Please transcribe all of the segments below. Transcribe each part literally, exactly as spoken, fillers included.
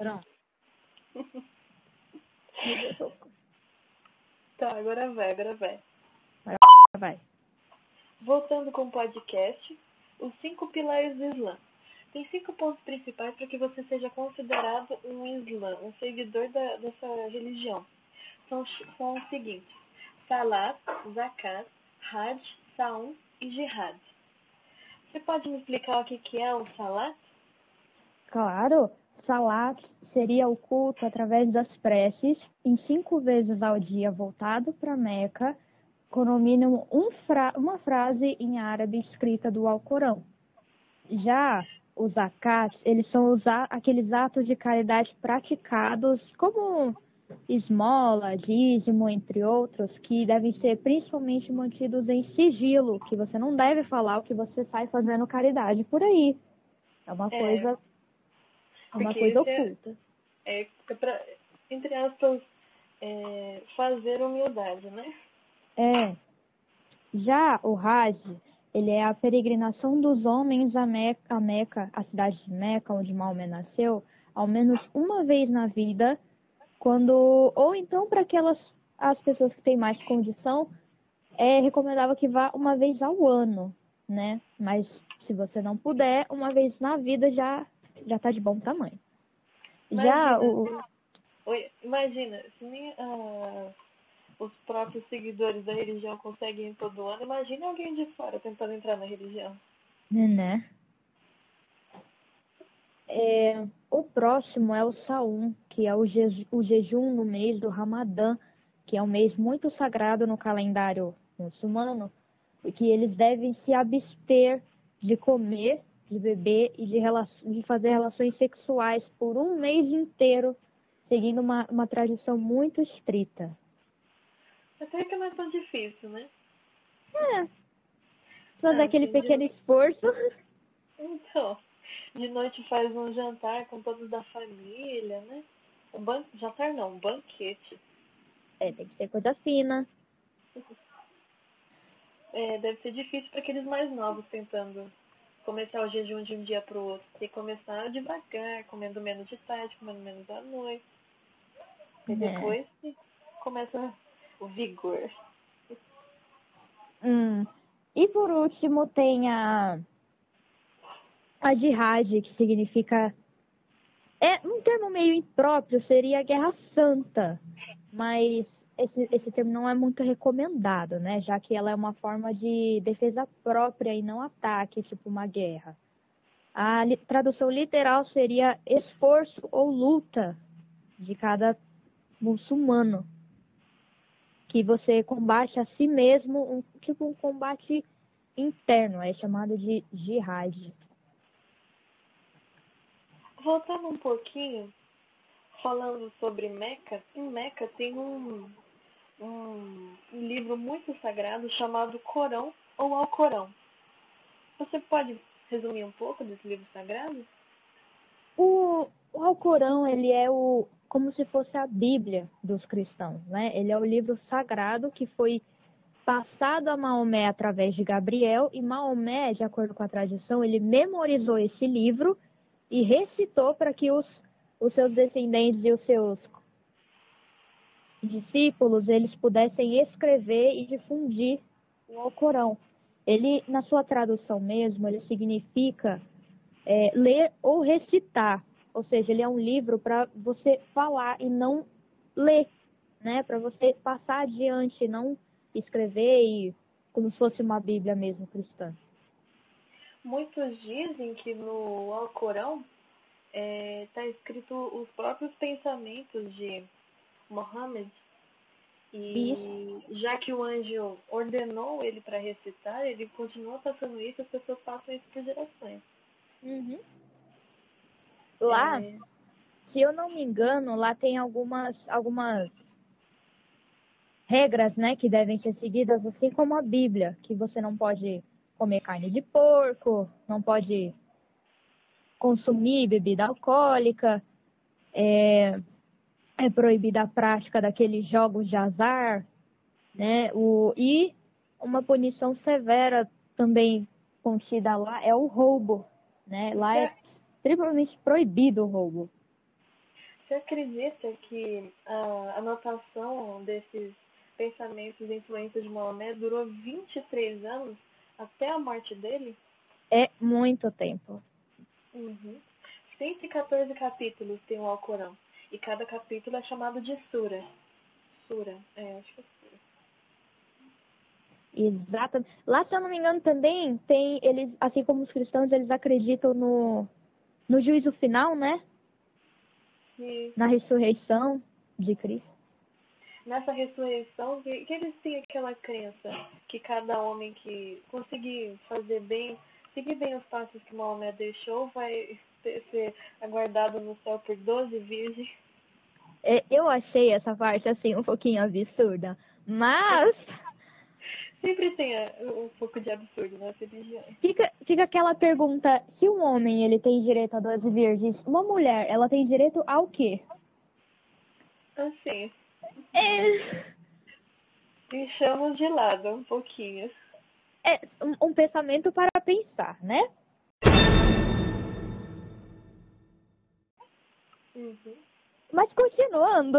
Pronto. Tá, agora vai, agora vai. Vai. Voltando com o podcast, os cinco pilares do Islã. Tem cinco pontos principais para que você seja considerado um Islã, um seguidor da, dessa religião. São, são os seguintes: Salat, Zakat, Hajj, Saum e Jihad. Você pode me explicar o que, que é o Salat? Claro, Salat seria o culto através das preces, em cinco vezes ao dia voltado para Meca, com no mínimo um fra uma frase em árabe escrita do Alcorão. Já os zakats, eles são os aqueles atos de caridade praticados, como esmola, dízimo, entre outros, que devem ser principalmente mantidos em sigilo, que você não deve falar o que você sai fazendo caridade por aí. É uma É, coisa, é uma coisa oculta. É, é para, entre aspas, é, fazer humildade, né? É. Já o Hajj, ele é a peregrinação dos homens a Meca, a Meca, a cidade de Meca, onde Maomé nasceu, ao menos uma vez na vida, quando, ou então para aquelas as pessoas que têm mais condição, é recomendável que vá uma vez ao ano, né? Mas se você não puder, uma vez na vida já já tá de bom tamanho. Imagina, Já o oi, imagina, se nem ah, os próprios seguidores da religião conseguem ir todo ano, imagina alguém de fora tentando entrar na religião. né? É, o próximo é o Saum, que é o, je o jejum no mês do Ramadã, que é um mês muito sagrado no calendário muçulmano, que eles devem se abster de comer, de beber e de, de fazer relações sexuais por um mês inteiro, seguindo uma, uma tradição muito estrita. Até que não é tão difícil, né? É, fazer Ah, aquele assim, pequeno de... esforço. Então, de noite faz um jantar com todos da família, né? Um ban... Jantar não, um banquete. É, tem que ser coisa fina. É, deve ser difícil para aqueles mais novos tentando começar o jejum de um dia para o outro. Tem que começar devagar, comendo menos de tarde, comendo menos à noite. E É. depois começa o vigor. Hum. E por último tem a, a jihad, que significa... É um termo meio impróprio, seria a Guerra Santa, mas esse, esse termo não é muito recomendado, né? Já que ela é uma forma de defesa própria e não ataque, tipo uma guerra. A li, tradução literal seria esforço ou luta de cada muçulmano, que você combate a si mesmo, um, tipo um combate interno, é chamado de jihad. Voltando um pouquinho, falando sobre Meca, em Meca tem um, um, um livro muito sagrado chamado Corão ou Alcorão. Você pode resumir um pouco desse livro sagrado? O, o Alcorão, ele é o, como se fosse a Bíblia dos cristãos, né? Ele é o livro sagrado que foi passado a Maomé através de Gabriel, e Maomé, de acordo com a tradição, ele memorizou esse livro e recitou para que os, os seus descendentes e os seus discípulos, eles pudessem escrever e difundir o Alcorão. Ele, na sua tradução mesmo, ele significa é, ler ou recitar, ou seja, ele é um livro para você falar e não ler, né? Para você passar adiante, não escrever e como se fosse uma Bíblia mesmo cristã. Muitos dizem que no Alcorão está escrito os próprios pensamentos de Mohammed. E Isso. já que o anjo ordenou ele para recitar, ele continua passando isso, as pessoas passam isso por gerações. Uhum. Lá, É... se eu não me engano, lá tem algumas, algumas regras, né, que devem ser seguidas, assim como a Bíblia, que você não pode comer carne de porco, não pode consumir bebida alcoólica, é, é proibida a prática daqueles jogos de azar, né? O, e uma punição severa também contida lá é o roubo, né? Lá é extremamente proibido o roubo. Você acredita que a anotação desses pensamentos e influências de Maomé durou vinte e três anos até a morte dele? É muito tempo. Uhum. cento e quatorze capítulos tem o Alcorão. E cada capítulo é chamado de sura. Sura, é, acho que é sura. Exato. Lá, se eu não me engano, também tem, eles, assim como os cristãos, eles acreditam no, no juízo final, né? E Na ressurreição de Cristo. nessa ressurreição, que, que eles têm aquela crença que cada homem que conseguir fazer bem, seguir bem os passos que Maomé deixou, vai ser, ser aguardado no céu por doze virgens. É, eu achei essa parte, assim, um pouquinho absurda, mas Sempre tem é, um pouco de absurdo nas religiões. fica, fica aquela pergunta, se um homem, ele tem direito a doze virgens, uma mulher, ela tem direito ao quê? Assim, É, deixamos de lado um pouquinho. é um, um pensamento para pensar, né? Uhum. Mas continuando,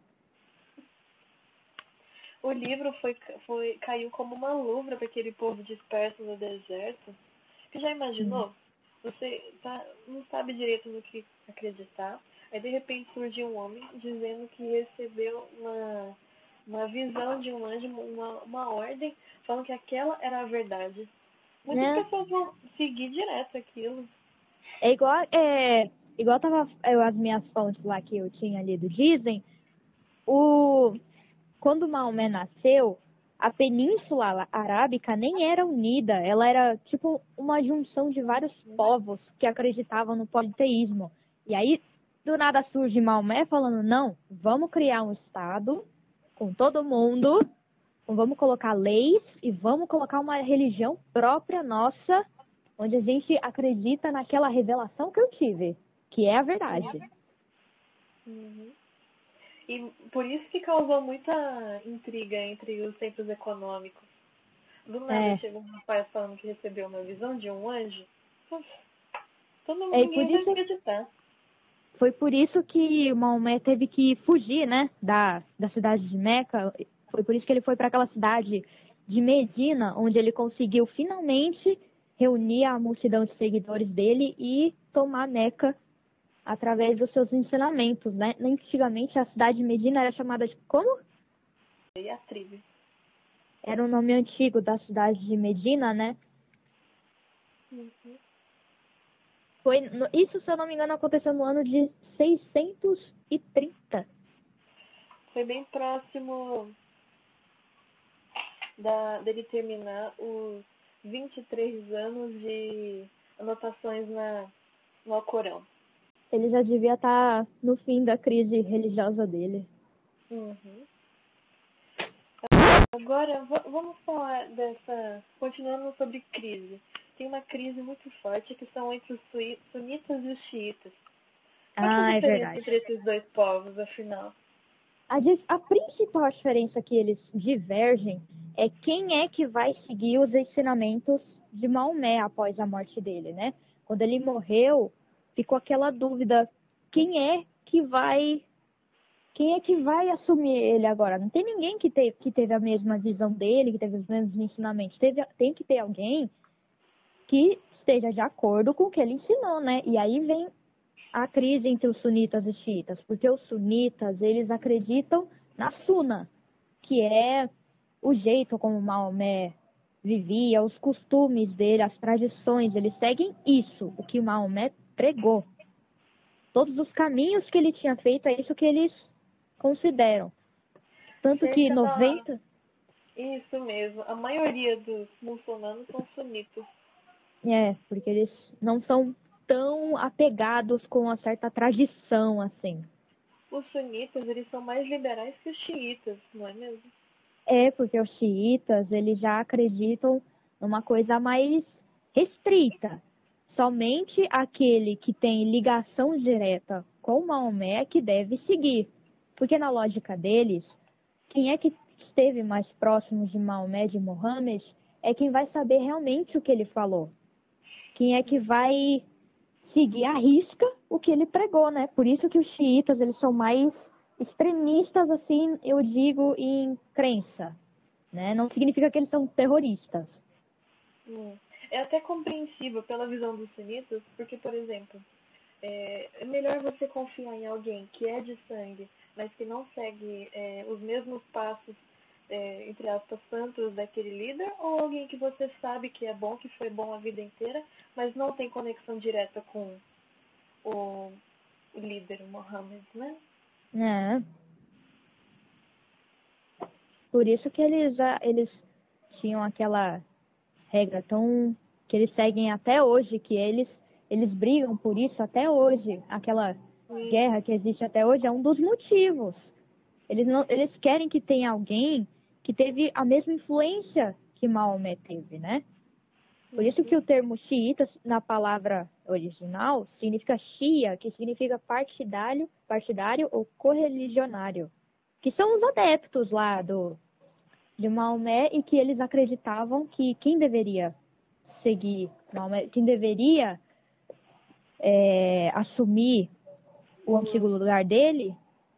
O livro foi, foi, caiu como uma luva para aquele povo disperso no deserto. Você já imaginou? Você tá, não sabe direito no que acreditar. Aí de repente surge um homem dizendo que recebeu uma, uma visão de um anjo, uma, uma ordem, falando que aquela era a verdade. Muitas né? pessoas vão seguir direto aquilo. É igual, é, igual tava eu, as minhas fontes lá que eu tinha lido dizem, o, quando Maomé nasceu, a Península Arábica nem era unida, ela era tipo uma junção de vários povos que acreditavam no politeísmo. E aí, do nada surge Maomé falando, não, vamos criar um Estado com todo mundo, vamos colocar leis e vamos colocar uma religião própria nossa, onde a gente acredita naquela revelação que eu tive, que é a verdade. Uhum. E por isso que causou muita intriga entre os centros econômicos. Do nada É, chega um rapaz falando que recebeu uma visão de um anjo. Todo mundo, é, e por ninguém vai isso acreditar. Foi por isso que Maomé teve que fugir, né, da, da cidade de Meca. Foi por isso que ele foi para aquela cidade de Medina, onde ele conseguiu finalmente reunir a multidão de seguidores dele e tomar Meca através dos seus ensinamentos, né? Antigamente a cidade de Medina era chamada de como? E a tribo. Era o nome antigo da cidade de Medina, né? Uhum. Foi, isso, se eu não me engano, aconteceu no ano de seiscentos e trinta. Foi bem próximo da, dele terminar os vinte e três anos de anotações na, no Alcorão. Ele já devia estar no fim da crise religiosa dele. Uhum. Agora, v- vamos falar dessa... Continuando sobre crise. Tem uma crise muito forte que são entre os sui- sunitas e os xiitas. Qual que é a Ah, é diferença verdade. entre esses dois povos, afinal? A, di- a principal diferença que eles divergem é quem é que vai seguir os ensinamentos de Maomé após a morte dele, né? Quando ele morreu, ficou aquela dúvida, quem é que vai quem é que vai assumir ele agora? Não tem ninguém que, te, que teve a mesma visão dele, que teve os mesmos ensinamentos. Teve, tem que ter alguém que esteja de acordo com o que ele ensinou, né? E aí vem a crise entre os sunitas e xiitas, porque os sunitas, eles acreditam na suna, que é o jeito como Maomé vivia, os costumes dele, as tradições, eles seguem isso, o que Maomé pregou. Todos os caminhos que ele tinha feito, é isso que eles consideram. Tanto que Cerca da... noventa... Isso mesmo. A maioria dos muçulmanos são sunitas. É, porque eles não são tão apegados com uma certa tradição, assim. Os sunitas, eles são mais liberais que os xiitas, não é mesmo? É, porque os xiitas, eles já acreditam numa coisa mais restrita. Somente aquele que tem ligação direta com Maomé que deve seguir. Porque na lógica deles, quem é que esteve mais próximo de Maomé, de Mohammed, é quem vai saber realmente o que ele falou. Quem é que vai seguir à risca o que ele pregou, né? Por isso que os xiitas, eles são mais extremistas, assim, eu digo, em crença, né? Não significa que eles são terroristas. Hum. É até compreensível pela visão dos sunitas, porque, por exemplo, é, é melhor você confiar em alguém que é de sangue, mas que não segue é, os mesmos passos, é, entre aspas, santos daquele líder, ou alguém que você sabe que é bom, que foi bom a vida inteira, mas não tem conexão direta com o, o líder, o Mohammed, né? É. Por isso que eles, ah, eles tinham aquela regra tão que eles seguem até hoje, que eles eles brigam por isso até hoje. Aquela Sim. guerra que existe até hoje é um dos motivos. Eles não, eles querem que tenha alguém que teve a mesma influência que Maomé teve, né? Por isso que o termo xiita, na palavra original, significa shia, que significa partidário, partidário ou correligionário, que são os adeptos lá do, de Maomé e que eles acreditavam que quem deveria seguir Maomé, quem deveria é, assumir o antigo lugar dele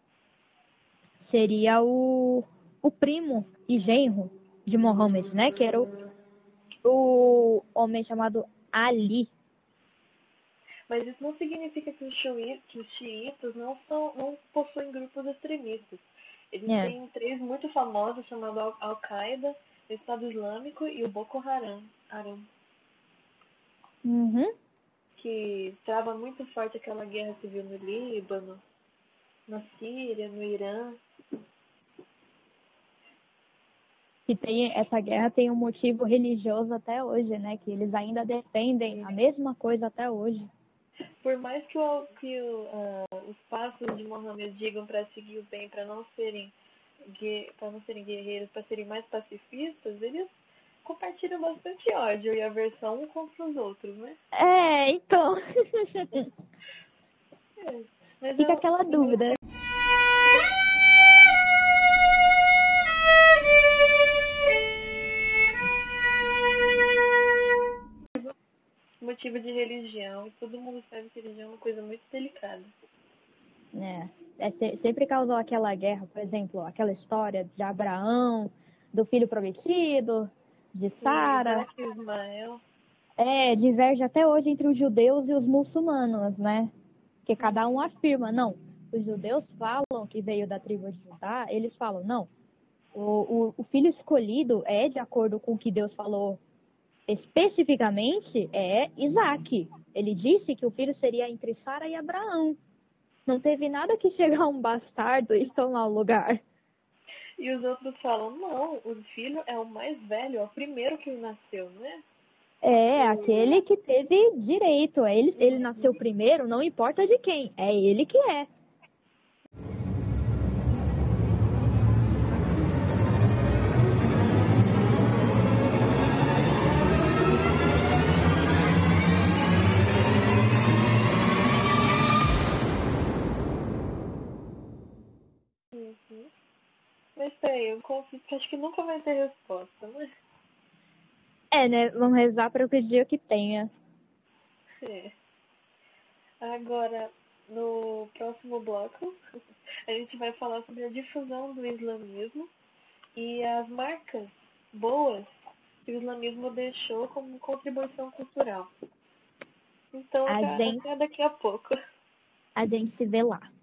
seria o, o primo e genro de Mohammed, né? Que era o, o homem chamado Ali. Mas isso não significa que os, xií- que os xiitas não, são, não possuem grupos extremistas. Eles É. têm três muito famosos, chamados Al- Al-Qaeda, o Estado Islâmico e o Boko Haram, Haram, Uhum. que trava muito forte aquela guerra civil no Líbano, na Síria, no Irã. Que tem, essa guerra tem um motivo religioso até hoje, né? Que eles ainda defendem a mesma coisa até hoje. Por mais que, o, que o, uh, os passos de Mohammed digam para seguir o bem, para não serem para não serem guerreiros, para serem mais pacifistas, eles compartilham bastante ódio e aversão um contra os outros, né? É, então. É, mas Fica eu, aquela dúvida. motivo de religião, e todo mundo sabe que religião é uma coisa muito delicada. É, é, sempre causou aquela guerra, por exemplo, aquela história de Abraão, do filho prometido, de Sara. Isaac e Ismael. É, diverge até hoje entre os judeus e os muçulmanos, né? Porque cada um afirma, não, os judeus falam que veio da tribo de Judá, eles falam, não, o, o, o filho escolhido é de acordo com o que Deus falou especificamente, é Isaac. Ele disse que o filho seria entre Sara e Abraão. Não teve nada que chegar um bastardo e tomar o lugar. E os outros falam, não, o filho é o mais velho, é o primeiro que nasceu, né? É, aquele que teve direito. Ele, ele nasceu primeiro, não importa de quem. É ele que é. Uhum. Mas peraí, eu confio que acho que nunca vai ter resposta, né? É, né? Vamos rezar para que o dia que tenha. É. Agora, no próximo bloco, a gente vai falar sobre a difusão do islamismo e as marcas boas que o islamismo deixou como contribuição cultural. Então, A até, gente, até daqui a pouco. a gente se vê lá.